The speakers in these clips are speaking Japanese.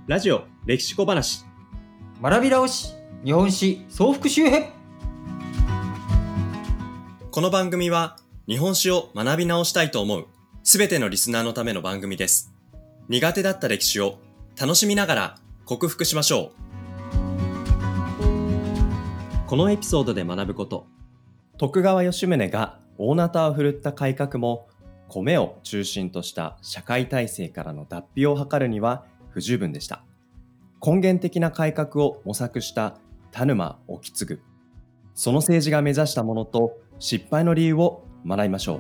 ラジオ歴史小話学び直し日本史総復習編。 この番組は日本史を学び直したいと思うすべてのリスナーのための番組です。苦手だった歴史を楽しみながら克服しましょう。このエピソードで学ぶこと、徳川吉宗が大なたを振るった改革も米を中心とした社会体制からの脱皮を図るには不十分でした。根源的な改革を模索した田沼意次、その政治が目指したものと失敗の理由を学びましょう。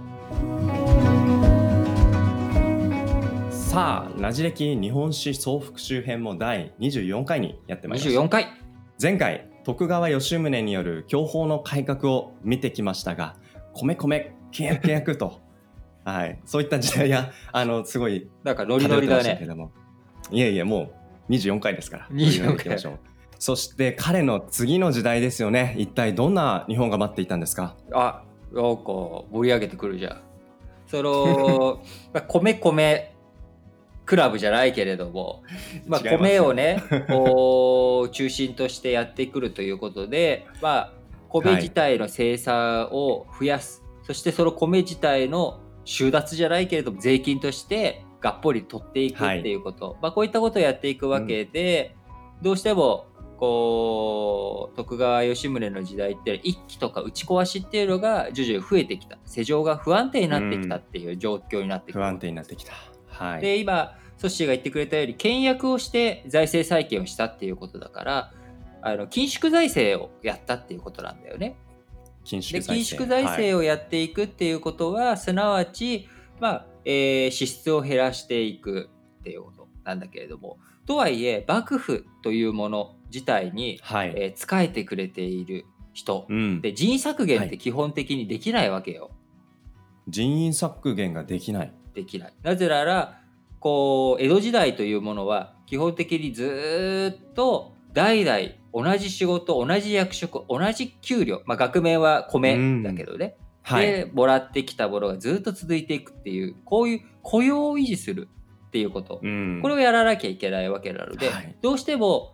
さあ、ラジ歴日本史総復習編も第24回にやってまいりました。 24回。 前回徳川吉宗による享保の改革を見てきましたが、米契約とはい、そういった時代やすごいなんかノリノリだね。 いやもう24回ですから 24回。 そして彼の次の時代ですよね。一体どんな日本が待っていたんですか？ なんか盛り上げてくるじゃん。その米クラブじゃないけれども、米をね中心としてやってくるということで、米自体の生産を増やす、そしてその米自体の収奪じゃないけれども税金としてがっぽり取っていくっていうこと、こういったことをやっていくわけで、どうしても徳川吉宗の時代って一揆とか打ち壊しっていうのが徐々に増えてきた、世情が不安定になってきたっていう状況になってきた、 不安定になってきた、はい、 で今ソッシーが言ってくれたように倹約をして財政再建をしたっていうことだから、緊縮財政をやったっていうことなんだよね。緊縮財政をやっていくっていうことは、すなわち、支出を減らしていくっていうことなんだけれども、とはいえ幕府というもの自体に、仕えてくれている人、で人員削減って基本的にできないわけよ。 人員削減ができない。 なぜなら江戸時代というものは基本的にずっと代々同じ仕事、同じ役職、同じ給料、額面は米だけどね、でもらってきたものがずっと続いていくっていう、こういう雇用を維持するっていうこと、これをやらなきゃいけないわけなので、どうしても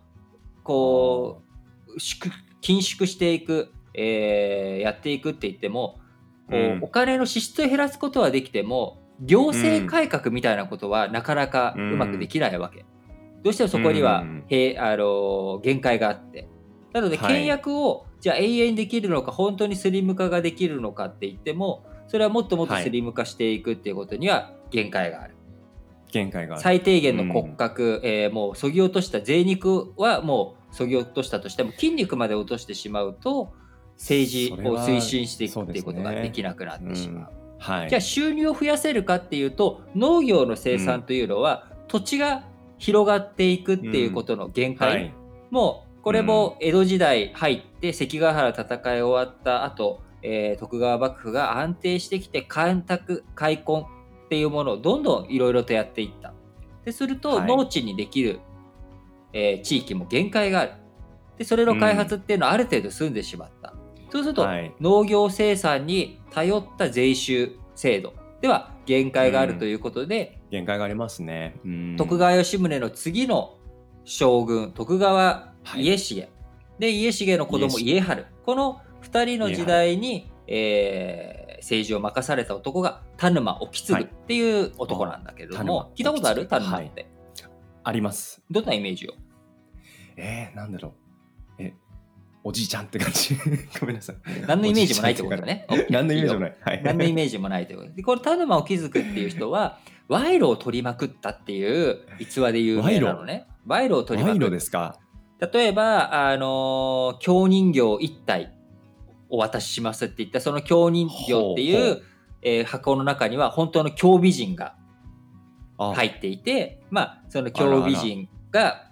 緊縮していく、やっていくって言ってもお金の支出を減らすことはできても行政改革みたいなことはなかなかうまくできないわけ。どうしてもそこには限界があって、なので倹約をじゃあ永遠にできるのか、本当にスリム化ができるのかって言っても、それはもっともっとスリム化していくっていうことには限界がある。最低限の骨格、もうそぎ落とした贅肉はもうそぎ落としたとしても、筋肉まで落としてしまうと政治を推進していくっていうことができなくなってしまう。じゃあ収入を増やせるかっていうと、農業の生産というのは、土地が広がっていくっていうことの限界、もうこれも江戸時代入って関ヶ原戦い終わった後、徳川幕府が安定してきて開墾っていうものをどんどんいろいろとやっていった。ですると農地にできる、地域も限界がある。でそれの開発っていうのはある程度済んでしまった。そうすると、農業生産に頼った税収制度では限界があるということで、 限界がありますね。 徳川吉宗の次の将軍徳川家重、で家重の子供家治、この2人の時代に、政治を任された男が田沼意次っていう男なんだけども、聞いたことある？田沼って、 あります。 どんなイメージよ？ なんだろう、おじいちゃんって感じごめんなさい。 何のイメージもないってことだね。 何のイメージもない。 何のイメージもないということで、これ田沼意次っていう人は賄賂を取りまくったっていう逸話で有名なのね。賄賂を取りまくる。 ですか。 例えば京人形1体お渡ししますって言った、その京人形っていう、箱の中には本当の京美人が入っていて、その京美人が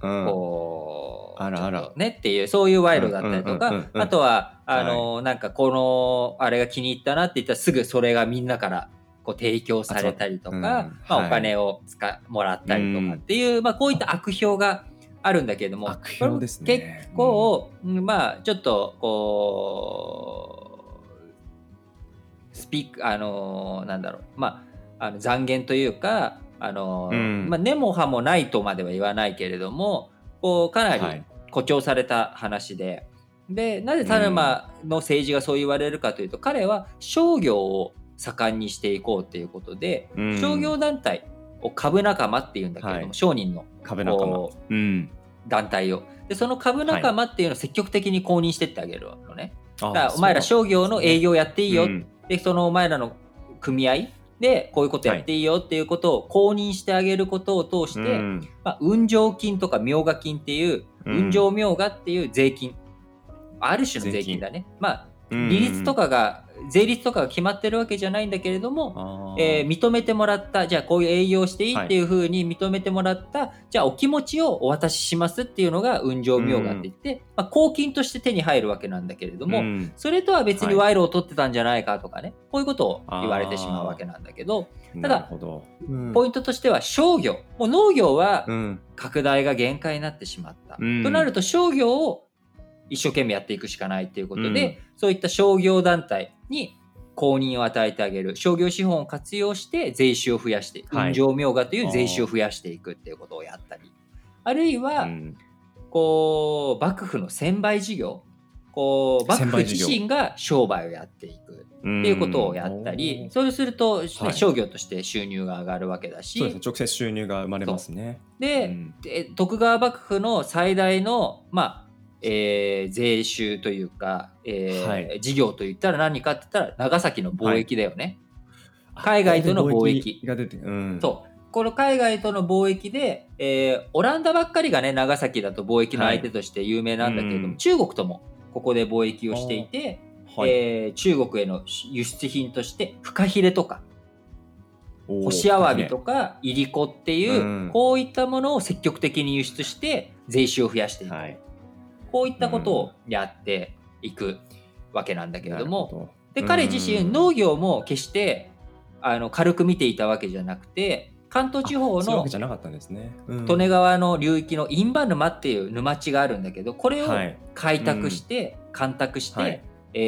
ねっていう、そういう賄賂だったりとか、あとはなんかこのあれが気に入ったなって言ったらすぐそれがみんなから提供されたりとか、お金をもらったりとかっていう、こういった悪評があるんだけれども、 悪評ですね。 結構、ちょっとなんだろう、残言というか、 根も葉もないとまでは言わないけれども、こうかなり誇張された話で、でなぜ田沼の政治がそう言われるかというと、彼は商業を盛んにしていこうということで、商業団体を株仲間っていうんだけれども、商人の株仲間、 団体を、でその株仲間っていうのを積極的に公認してってあげるのね。だからお前ら商業の営業やっていいよ、でそのお前らの組合でこういうことやっていいよっていうことを公認してあげることを通して、運上金とか冥加金っていう、運上冥加っていう税金、ある種の税金だね。利率とかが税率とかが決まってるわけじゃないんだけれども、認めてもらった、じゃあこういう営業していいっていうふうに認めてもらった、じゃあお気持ちをお渡ししますっていうのが運上冥加って言って、公金として手に入るわけなんだけれども、それとは別に賄賂を取ってたんじゃないかとかね、こういうことを言われてしまうわけなんだけど、ただポイントとしては商業、もう農業は拡大が限界になってしまった、となると商業を一生懸命やっていくしかないということで、そういった商業団体に公認を与えてあげる、商業資本を活用して税収を増やして、運上冥加という税収を増やしていくっていうことをやったり、あるいは、こう幕府の専売事業、こう幕府自身が商売をやっていくっていうことをやったり、そうすると、商業として収入が上がるわけだし、 そうですね、直接収入が生まれますね。 で、徳川幕府の最大の税収というか、事業といったら何かって言ったら長崎の貿易だよね。海外との貿易が出て、 この海外との貿易で、オランダばっかりがね、長崎だと貿易の相手として有名なんだけれども、中国ともここで貿易をしていて、中国への輸出品としてフカヒレとか干しアワビとかいりこっていう、こういったものを積極的に輸出して税収を増やしていく、こういったことをやっていくわけなんだけれども、で彼自身農業も決して軽く見ていたわけじゃなくて、関東地方の利根川の流域の印旛沼っていう沼地があるんだけど、これを開拓して干拓して、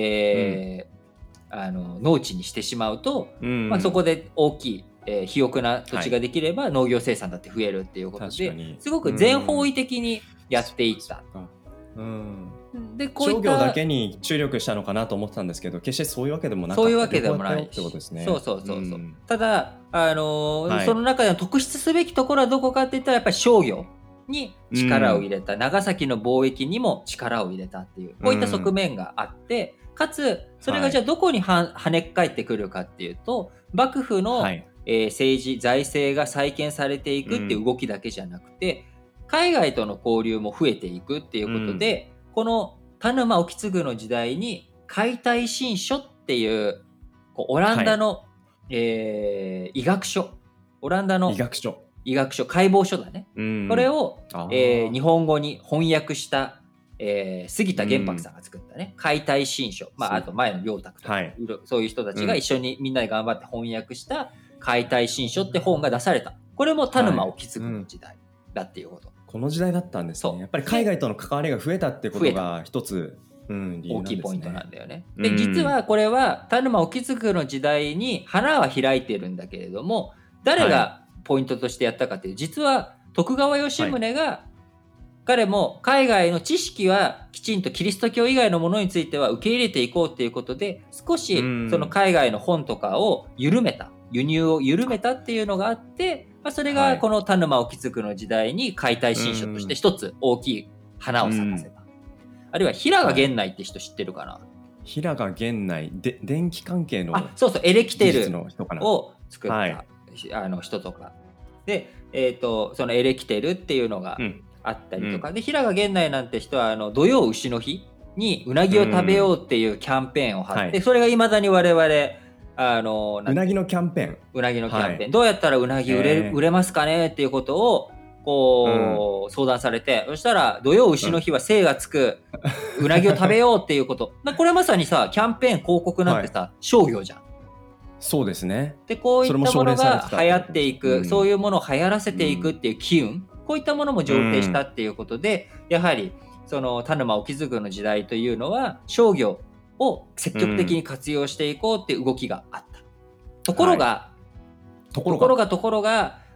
農地にしてしまうと、そこで大きい肥沃な土地ができれば農業生産だって増えるっていうことで、すごく全方位的にやっていった。 でこういった商業だけに注力したのかなと思ってたんですけど、決してそういうわけでもなかった。 そういうわけでもないってことですね。 ただその中での特筆すべきところはどこかっていったら、やっぱり商業に力を入れた、長崎の貿易にも力を入れたっていう、こういった側面があって、かつそれがじゃあどこに跳ね返ってくるかっていうと、幕府の政治財政が再建されていくっていう動きだけじゃなくて、海外との交流も増えていくっていうことで、この田沼意次の時代に解体新書っていうオランダの、医学書、オランダの医学書解剖書だね、これを、日本語に翻訳した、杉田玄白さんが作ったね、解体新書、あと前の良沢とか、そういう人たちが一緒にみんなで頑張って翻訳した解体新書って本が出された。これも田沼意次の時代だっていうこと。 この時代だったんですね。やっぱり海外との関わりが増えたってことが一つ、理由なんですね。 大きいポイントなんだよね。で、実はこれは田沼意次の時代に花は開いてるんだけれども、誰がポイントとしてやったかっていう、実は徳川吉宗が、彼も海外の知識はきちんとキリスト教以外のものについては受け入れていこうっていうことで、少しその海外の本とかを緩めた、輸入を緩めたっていうのがあって、それがこの田沼意次の時代に解体新書として一つ大きい花を咲かせた。あるいは平賀源内って人知ってるかな。 平賀源内で電気関係のエレキテルを作った、人とかで、そのエレキテルっていうのがあったりとか、で平賀源内なんて人は土曜牛の日にうなぎを食べようっていうキャンペーンを張って、それがいまだに我々 うなぎのキャンペーン、 どうやったらうなぎ売れますかねっていうことをこう、相談されて、そしたら土曜牛の日は精がつくうなぎを食べようっていうこと、これまさにさ、キャンペーン広告なんてさ、商業じゃん。 そうですね。 でこういったものが流行っていく、そういうものを流行らせていくっていう機運、こういったものも上呈したっていうことで、やはりその田沼意次の時代というのは商業を積極的に活用していこうっていう動きがあった。ところが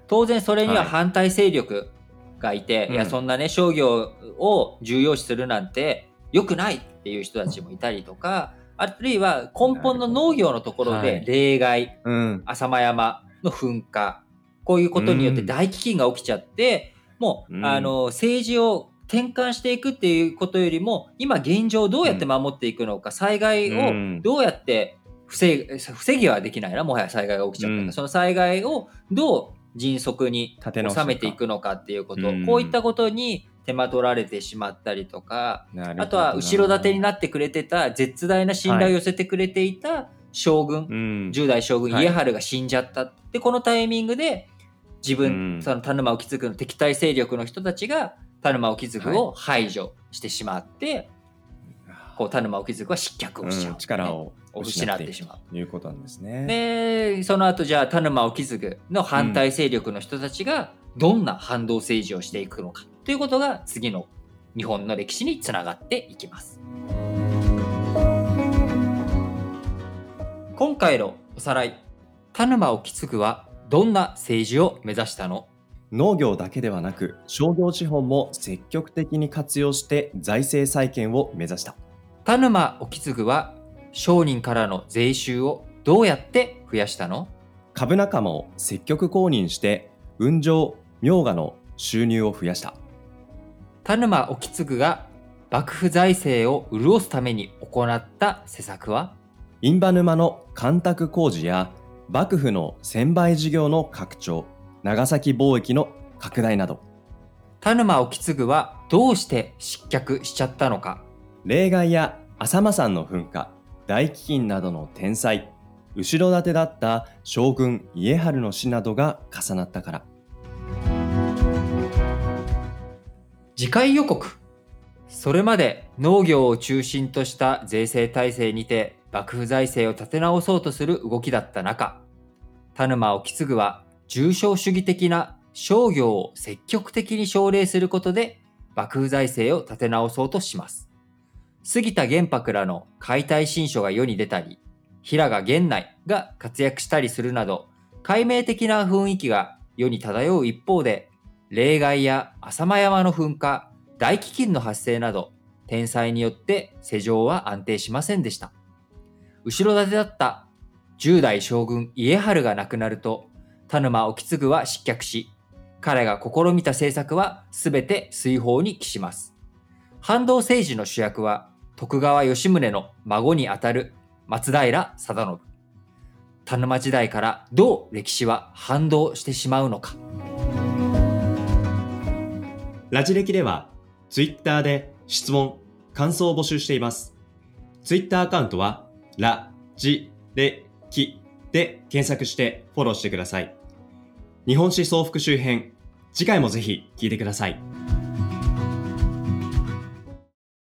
当然それにははい反対勢力がいて、いやそんなね商業を重要視するなんて良くないっていう人たちもいたりとか、あるいは根本の農業のところで冷害、浅間山の噴火、こういうことによって大飢饉が起きちゃって、もう、政治を転換していくっていうことよりも、今現状をどうやって守っていくのか、災害をどうやって防ぎはできないな、もはや災害が起きちゃったら、その災害をどう迅速に収めていくのかっていうこと、こういったことに手間取られてしまったりとか、あとは後ろ盾になってくれてた、絶大な信頼を寄せてくれていた将軍、10代将軍家治が死んじゃった。で、このタイミングで自分、その田沼意次の敵対勢力の人たちが田沼意次を排除してしまって、こう田沼意次は失脚をしちゃう、 力を失ってしまうということなんですね。 で、その後じゃあ田沼意次の反対勢力の人たちがどんな反動政治をしていくのかということが次の日本の歴史につながっていきます。今回のおさらい、田沼意次はどんな政治を目指したの？ 農業だけではなく商業資本も積極的に活用して財政再建を目指した。 田沼意次は商人からの税収をどうやって増やしたの？ 株仲間を積極公認して運上名画の収入を増やした。 田沼意次が幕府財政を潤すために行った施策は？ 印旛沼の干拓工事や幕府の専売事業の拡張、長崎貿易の拡大など。 田沼意次はどうして失脚しちゃったのか？ 冷害や浅間山の噴火、大飢饉などの天災、後ろ盾だった将軍家治の死などが重なったから。 次回予告。それまで農業を中心とした税制体制にて幕府財政を立て直そうとする動きだった中、田沼意次は重商主義的な商業を積極的に奨励することで幕府財政を立て直そうとします。杉田玄白らの解体新書が世に出たり、平賀源内が活躍したりするなど、解明的な雰囲気が世に漂う一方で、冷害や浅間山の噴火、大飢饉の発生など、天災によって世情は安定しませんでした。後ろ盾だった10代将軍家治が亡くなると、田沼意次は失脚し、彼が試みた政策は全て水泡に帰します。反動政治の主役は徳川吉宗の孫にあたる松平定信。田沼時代からどう歴史は反動してしまうのか。 ラジ歴ではツイッターで質問、感想を募集しています。ツイッターアカウントはラジレキで検索してフォローしてください。日本史総復習編、次回もぜひ聞いてください。